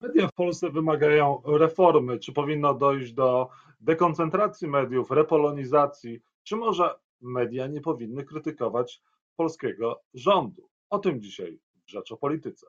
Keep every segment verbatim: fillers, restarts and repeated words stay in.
Media w Polsce wymagają reformy. Czy powinno dojść do dekoncentracji mediów, repolonizacji, czy może media nie powinny krytykować polskiego rządu? O tym dzisiaj w Rzecz o Polityce.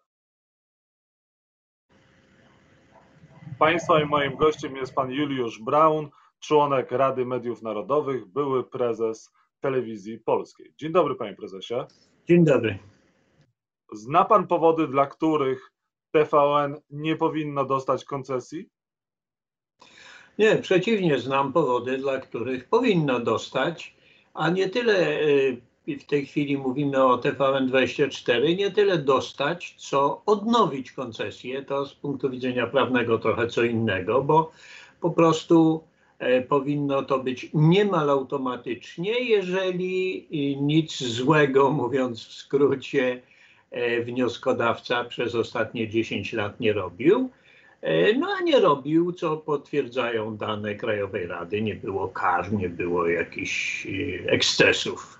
Państwa i moim gościem jest pan Juliusz Braun, członek Rady Mediów Narodowych, były prezes Telewizji Polskiej. Dzień dobry, panie prezesie. Dzień dobry. Zna pan powody, dla których T V N nie powinno dostać koncesji? Nie, przeciwnie, znam powody, dla których powinno dostać, a nie tyle w tej chwili mówimy o T V N dwadzieścia cztery, nie tyle dostać, co odnowić koncesję. To z punktu widzenia prawnego trochę co innego, bo po prostu powinno to być niemal automatycznie, jeżeli nic złego, mówiąc w skrócie, wnioskodawca przez ostatnie dziesięć lat nie robił. No a nie robił, co potwierdzają dane Krajowej Rady. Nie było kar, nie było jakichś ekscesów.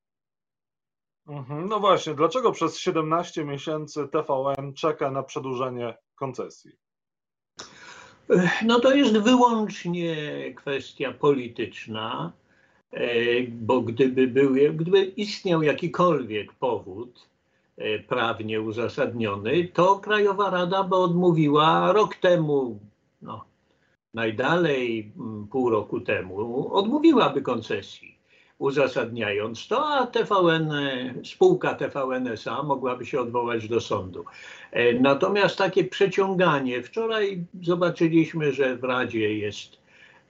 No właśnie, dlaczego przez siedemnaście miesięcy T V N czeka na przedłużenie koncesji? No to jest wyłącznie kwestia polityczna, bo gdyby, był, gdyby istniał jakikolwiek powód prawnie uzasadniony, to Krajowa Rada by odmówiła rok temu, no najdalej pół roku temu, odmówiłaby koncesji, uzasadniając to, a T V N, spółka T V N S A mogłaby się odwołać do sądu. Natomiast takie przeciąganie, wczoraj zobaczyliśmy, że w Radzie jest,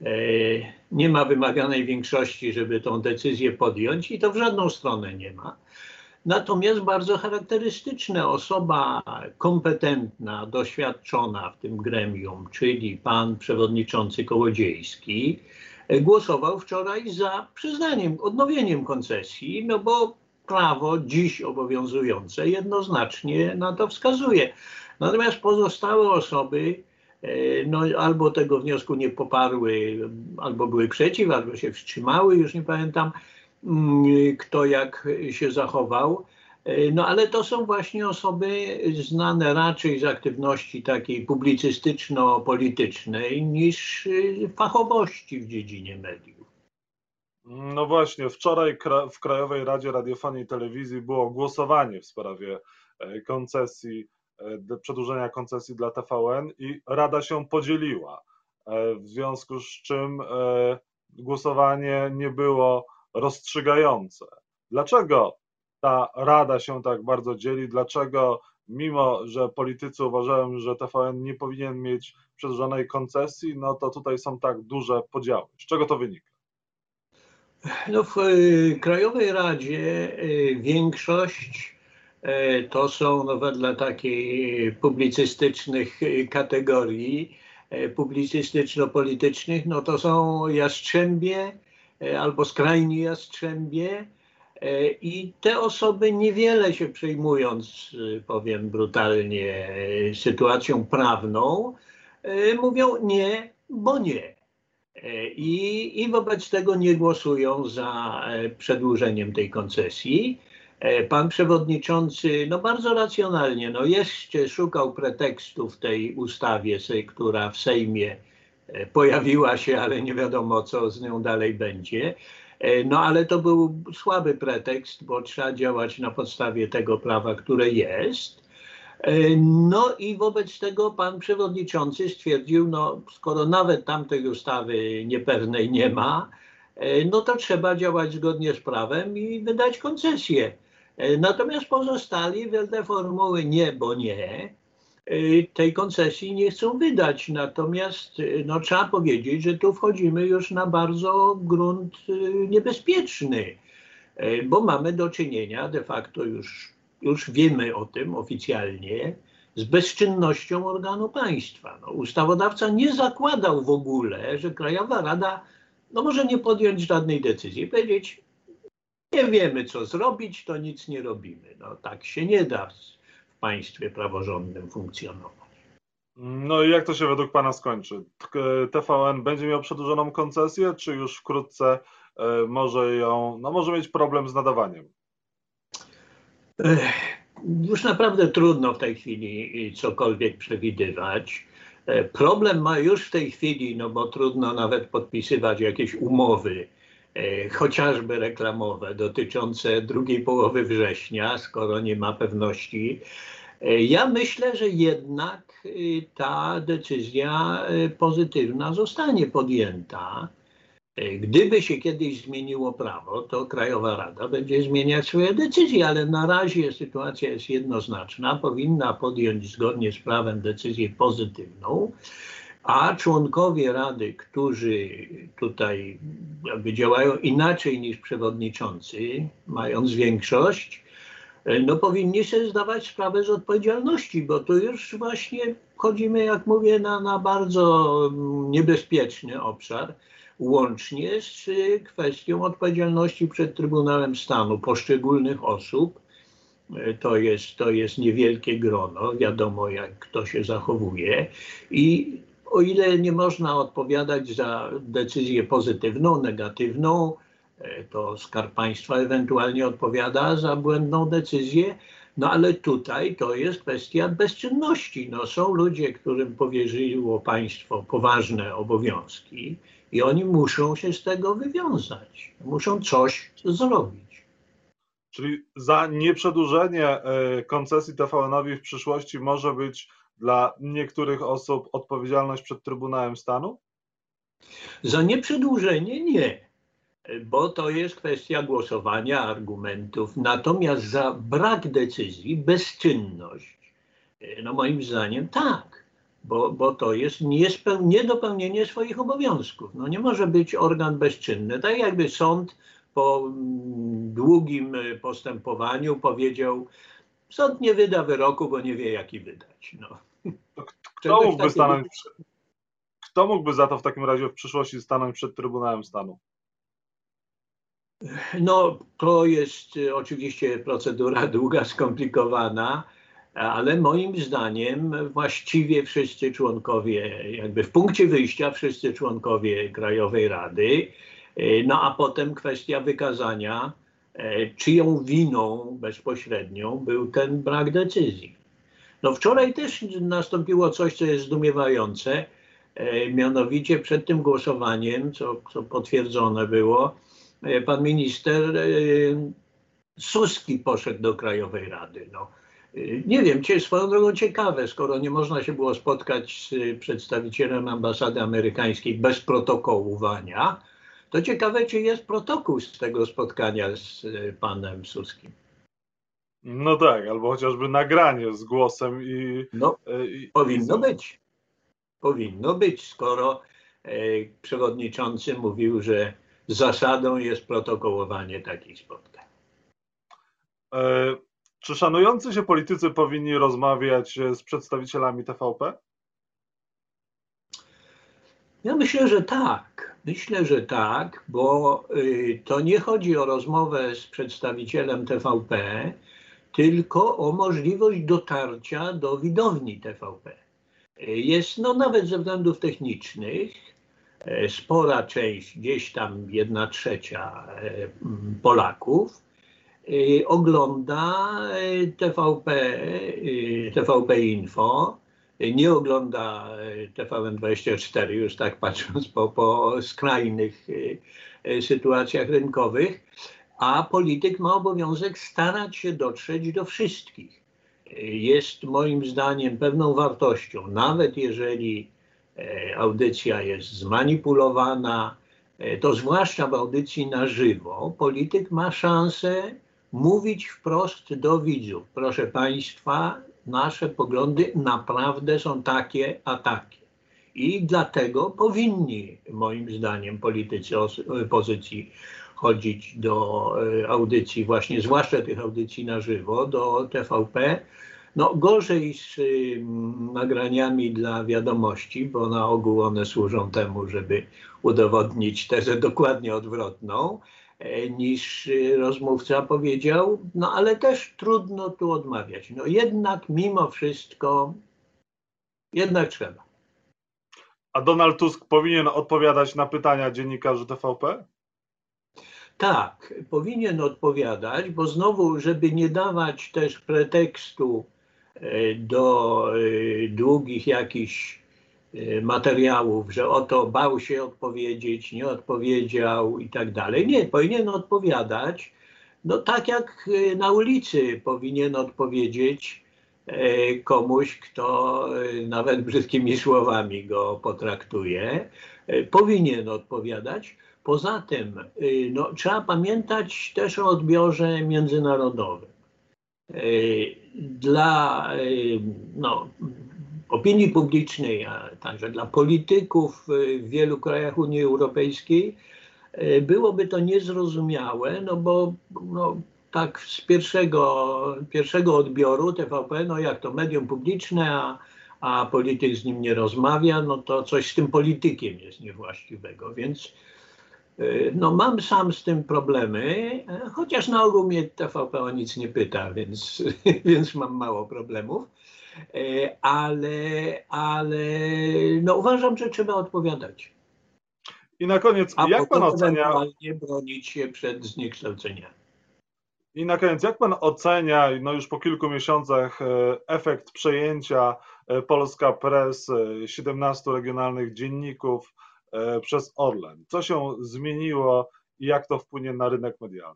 nie ma wymaganej większości, żeby tą decyzję podjąć i to w żadną stronę nie ma. Natomiast bardzo charakterystyczna osoba kompetentna, doświadczona w tym gremium, czyli pan przewodniczący Kołodziejski, głosował wczoraj za przyznaniem, odnowieniem koncesji, no bo prawo dziś obowiązujące jednoznacznie na to wskazuje. Natomiast pozostałe osoby no, albo tego wniosku nie poparły, albo były przeciw, albo się wstrzymały, już nie pamiętam, kto jak się zachował. No ale to są właśnie osoby znane raczej z aktywności takiej publicystyczno-politycznej niż fachowości w dziedzinie mediów. No właśnie, wczoraj w Krajowej Radzie Radiofonii i Telewizji było głosowanie w sprawie koncesji, przedłużenia koncesji dla T V N i Rada się podzieliła, w związku z czym głosowanie nie było rozstrzygające. Dlaczego ta Rada się tak bardzo dzieli? Dlaczego, mimo że politycy uważają, że T V N nie powinien mieć przedłużonej koncesji, no to tutaj są tak duże podziały? Z czego to wynika? No w Krajowej Radzie większość to są, no wedle takiej publicystycznych kategorii, publicystyczno-politycznych, no to są jastrzębie albo skrajni jastrzębie i te osoby niewiele się przejmując, powiem brutalnie, sytuacją prawną, mówią nie, bo nie. I, I wobec tego nie głosują za przedłużeniem tej koncesji. Pan przewodniczący, no bardzo racjonalnie, no jeszcze szukał pretekstu w tej ustawie, która w Sejmie pojawiła się, ale nie wiadomo, co z nią dalej będzie. No ale to był słaby pretekst, bo trzeba działać na podstawie tego prawa, które jest. No i wobec tego pan przewodniczący stwierdził, no skoro nawet tamtej ustawy niepewnej nie ma, no to trzeba działać zgodnie z prawem i wydać koncesję. Natomiast pozostali wedle formuły nie, bo nie, tej koncesji nie chcą wydać. Natomiast no, trzeba powiedzieć, że tu wchodzimy już na bardzo grunt niebezpieczny, bo mamy do czynienia de facto już, już wiemy o tym oficjalnie, z bezczynnością organu państwa. No, ustawodawca nie zakładał w ogóle, że Krajowa Rada no, może nie podjąć żadnej decyzji, powiedzieć, nie wiemy co zrobić, to nic nie robimy. No, tak się nie da w państwie praworządnym funkcjonować. No i jak to się według pana skończy? T V N będzie miał przedłużoną koncesję, czy już wkrótce może ją, no może mieć problem z nadawaniem? już naprawdę trudno w tej chwili cokolwiek przewidywać. Problem ma już w tej chwili, no bo trudno nawet podpisywać jakieś umowy, chociażby reklamowe, dotyczące drugiej połowy września, skoro nie ma pewności. Ja myślę, że jednak ta decyzja pozytywna zostanie podjęta. Gdyby się kiedyś zmieniło prawo, to Krajowa Rada będzie zmieniać swoje decyzje, ale na razie sytuacja jest jednoznaczna. Powinna podjąć zgodnie z prawem decyzję pozytywną, a członkowie Rady, którzy tutaj jakby działają inaczej niż przewodniczący, mając większość, no powinni sobie zdawać sprawę z odpowiedzialności, bo tu już właśnie wchodzimy, jak mówię, na, na bardzo niebezpieczny obszar, łącznie z kwestią odpowiedzialności przed Trybunałem Stanu poszczególnych osób. To jest, to jest niewielkie grono, wiadomo jak kto się zachowuje i o ile nie można odpowiadać za decyzję pozytywną, negatywną, to Skarb Państwa ewentualnie odpowiada za błędną decyzję, no ale tutaj to jest kwestia bezczynności. No, są ludzie, którym powierzyło państwo poważne obowiązki i oni muszą się z tego wywiązać, muszą coś zrobić. Czyli za nieprzedłużenie koncesji T V N-owi w przyszłości może być dla niektórych osób odpowiedzialność przed Trybunałem Stanu? Za nieprzedłużenie nie, bo to jest kwestia głosowania, argumentów. Natomiast za brak decyzji, bezczynność, no moim zdaniem tak, bo, bo to jest niedopełnienie swoich obowiązków. No nie może być organ bezczynny. Tak jakby sąd po długim postępowaniu powiedział, sąd nie wyda wyroku, bo nie wie jaki wydać. No. Kto mógłby stanąć, kto mógłby za to w takim razie w przyszłości stanąć przed Trybunałem Stanu? No, to jest oczywiście procedura długa, skomplikowana, ale moim zdaniem właściwie wszyscy członkowie, jakby w punkcie wyjścia wszyscy członkowie Krajowej Rady, no a potem kwestia wykazania, czyją winą bezpośrednią był ten brak decyzji. No wczoraj też nastąpiło coś, co jest zdumiewające, mianowicie przed tym głosowaniem, co, co potwierdzone było, pan minister Suski poszedł do Krajowej Rady. No, nie wiem, swoją drogą ciekawe, skoro nie można się było spotkać z przedstawicielem ambasady amerykańskiej bez protokołowania, to ciekawe, czy jest protokół z tego spotkania z panem Suskim. No tak, albo chociażby nagranie z głosem i... No, i powinno i... być. Powinno być, skoro e, przewodniczący mówił, że zasadą jest protokołowanie takich spotkań. E, czy szanujący się politycy powinni rozmawiać z przedstawicielami T V P? Ja myślę, że tak. Myślę, że tak, bo y, to nie chodzi o rozmowę z przedstawicielem T V P, tylko o możliwość dotarcia do widowni T V P. Jest, no nawet ze względów technicznych, spora część, gdzieś tam jedna trzecia Polaków ogląda T V P, T V P Info, nie ogląda T V N dwadzieścia cztery, już tak patrząc po, po skrajnych sytuacjach rynkowych, a polityk ma obowiązek starać się dotrzeć do wszystkich. Jest moim zdaniem pewną wartością, nawet jeżeli audycja jest zmanipulowana, to zwłaszcza w audycji na żywo, polityk ma szansę mówić wprost do widzów. Proszę Państwa, nasze poglądy naprawdę są takie, a takie. I dlatego powinni, moim zdaniem, politycy opozycji chodzić do audycji, właśnie zwłaszcza tych audycji na żywo, do T V P. No gorzej z y, nagraniami dla wiadomości, bo na ogół one służą temu, żeby udowodnić tezę dokładnie odwrotną, e, niż y, rozmówca powiedział, no ale też trudno tu odmawiać. No jednak mimo wszystko, jednak trzeba. A Donald Tusk powinien odpowiadać na pytania dziennikarzy T V P? Tak, powinien odpowiadać, bo znowu, żeby nie dawać też pretekstu do długich jakichś materiałów, że oto bał się odpowiedzieć, nie odpowiedział i tak dalej. Nie, powinien odpowiadać, no tak jak na ulicy powinien odpowiedzieć komuś, kto nawet brzydkimi słowami go potraktuje. Powinien odpowiadać. Poza tym no, trzeba pamiętać też o odbiorze międzynarodowym. Dla no, opinii publicznej, a także dla polityków w wielu krajach Unii Europejskiej byłoby to niezrozumiałe, no bo no, tak z pierwszego, pierwszego odbioru T V P, no jak to medium publiczne, a, a polityk z nim nie rozmawia, no to coś z tym politykiem jest niewłaściwego, więc no mam sam z tym problemy, chociaż na ogół mnie T V P o nic nie pyta, więc, więc mam mało problemów, ale, ale no uważam, że trzeba odpowiadać. I na koniec, A jak pan ocenia... ewentualnie bronić się przed zniekształceniami. I na koniec, jak pan ocenia, no już po kilku miesiącach, efekt przejęcia Polska Press siedemnastu regionalnych dzienników przez Orlen? Co się zmieniło i jak to wpłynie na rynek medialny?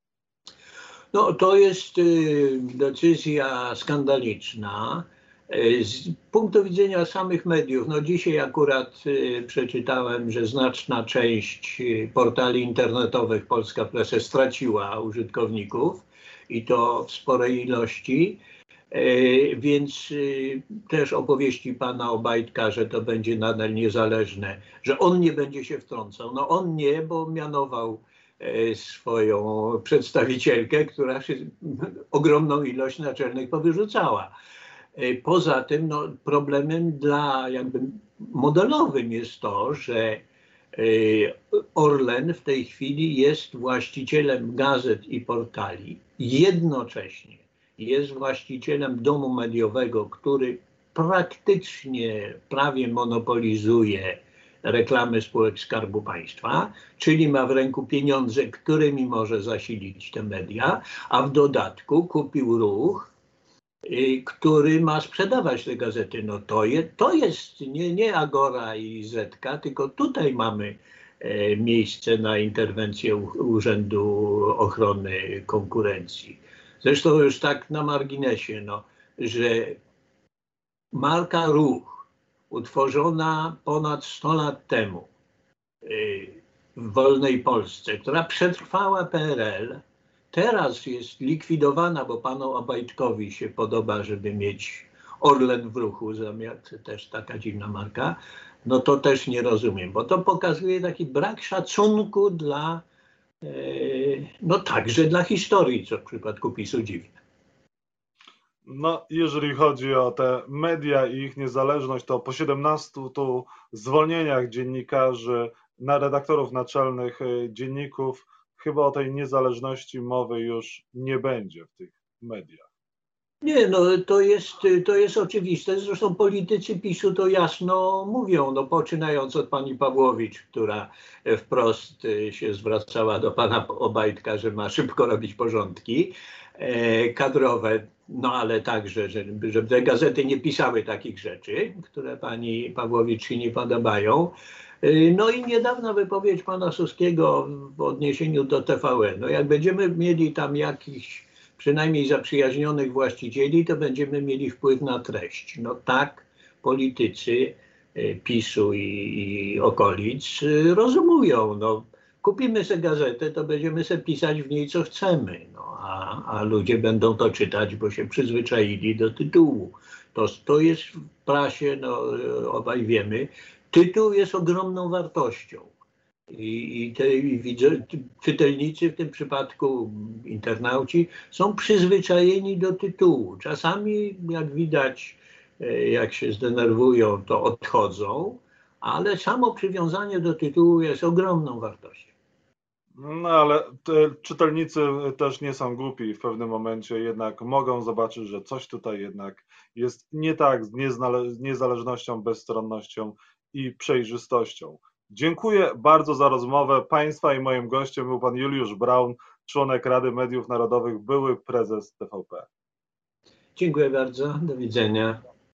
No to jest decyzja skandaliczna. Z punktu widzenia samych mediów, no dzisiaj akurat przeczytałem, że znaczna część portali internetowych Polska Press straciła użytkowników i to w sporej ilości, więc też opowieści pana Obajtka, że to będzie nadal niezależne, że on nie będzie się wtrącał. No on nie, bo mianował swoją przedstawicielkę, która się ogromną ilość naczelnych powyrzucała. Poza tym no, problemem dla jakby modelowym jest to, że Orlen w tej chwili jest właścicielem gazet i portali. Jednocześnie jest właścicielem domu mediowego, który praktycznie prawie monopolizuje reklamy spółek Skarbu Państwa, czyli ma w ręku pieniądze, którymi może zasilić te media, a w dodatku kupił Ruch, który ma sprzedawać te gazety. No to, je, to jest nie, nie Agora i Zetka, tylko tutaj mamy e, miejsce na interwencję Urzędu Ochrony Konkurencji. Zresztą już tak na marginesie, no, że marka Ruch utworzona ponad sto lat temu y, w wolnej Polsce, która przetrwała P R L, teraz jest likwidowana, bo panu Obajtkowi się podoba, żeby mieć Orlen w Ruchu, zamiast też taka dziwna marka, no to też nie rozumiem, bo to pokazuje taki brak szacunku dla, y, no także dla historii, co w przypadku PiSu dziwne. No, jeżeli chodzi o te media i ich niezależność, to po siedemnastu tu zwolnieniach dziennikarzy, na redaktorów naczelnych dzienników, chyba o tej niezależności mowy już nie będzie w tych mediach. Nie, no to jest, to jest oczywiste. Zresztą politycy PiSu to jasno mówią, no poczynając od pani Pawłowicz, która wprost się zwracała do pana Obajtka, że ma szybko robić porządki e, kadrowe, no ale także, żeby, żeby te gazety nie pisały takich rzeczy, które pani Pawłowicz się nie podobają. No i niedawna wypowiedź pana Suskiego w odniesieniu do T V N. No jak będziemy mieli tam jakichś przynajmniej zaprzyjaźnionych właścicieli, to będziemy mieli wpływ na treść. No tak politycy PiSu i, i okolic rozumują. No, kupimy sobie gazetę, to będziemy sobie pisać w niej co chcemy. No, a, a ludzie będą to czytać, bo się przyzwyczaili do tytułu. To, to jest w prasie, no obaj wiemy, tytuł jest ogromną wartością. I, i te i widzę, czytelnicy, w tym przypadku internauci, są przyzwyczajeni do tytułu. Czasami, jak widać, jak się zdenerwują, to odchodzą, ale samo przywiązanie do tytułu jest ogromną wartością. No ale te czytelnicy też nie są głupi, w pewnym momencie jednak mogą zobaczyć, że coś tutaj jednak jest nie tak z niezależnością, bezstronnością i przejrzystością. Dziękuję bardzo za rozmowę Państwa i moim gościem był pan Juliusz Braun, członek Rady Mediów Narodowych, były prezes T V P. Dziękuję bardzo, do widzenia.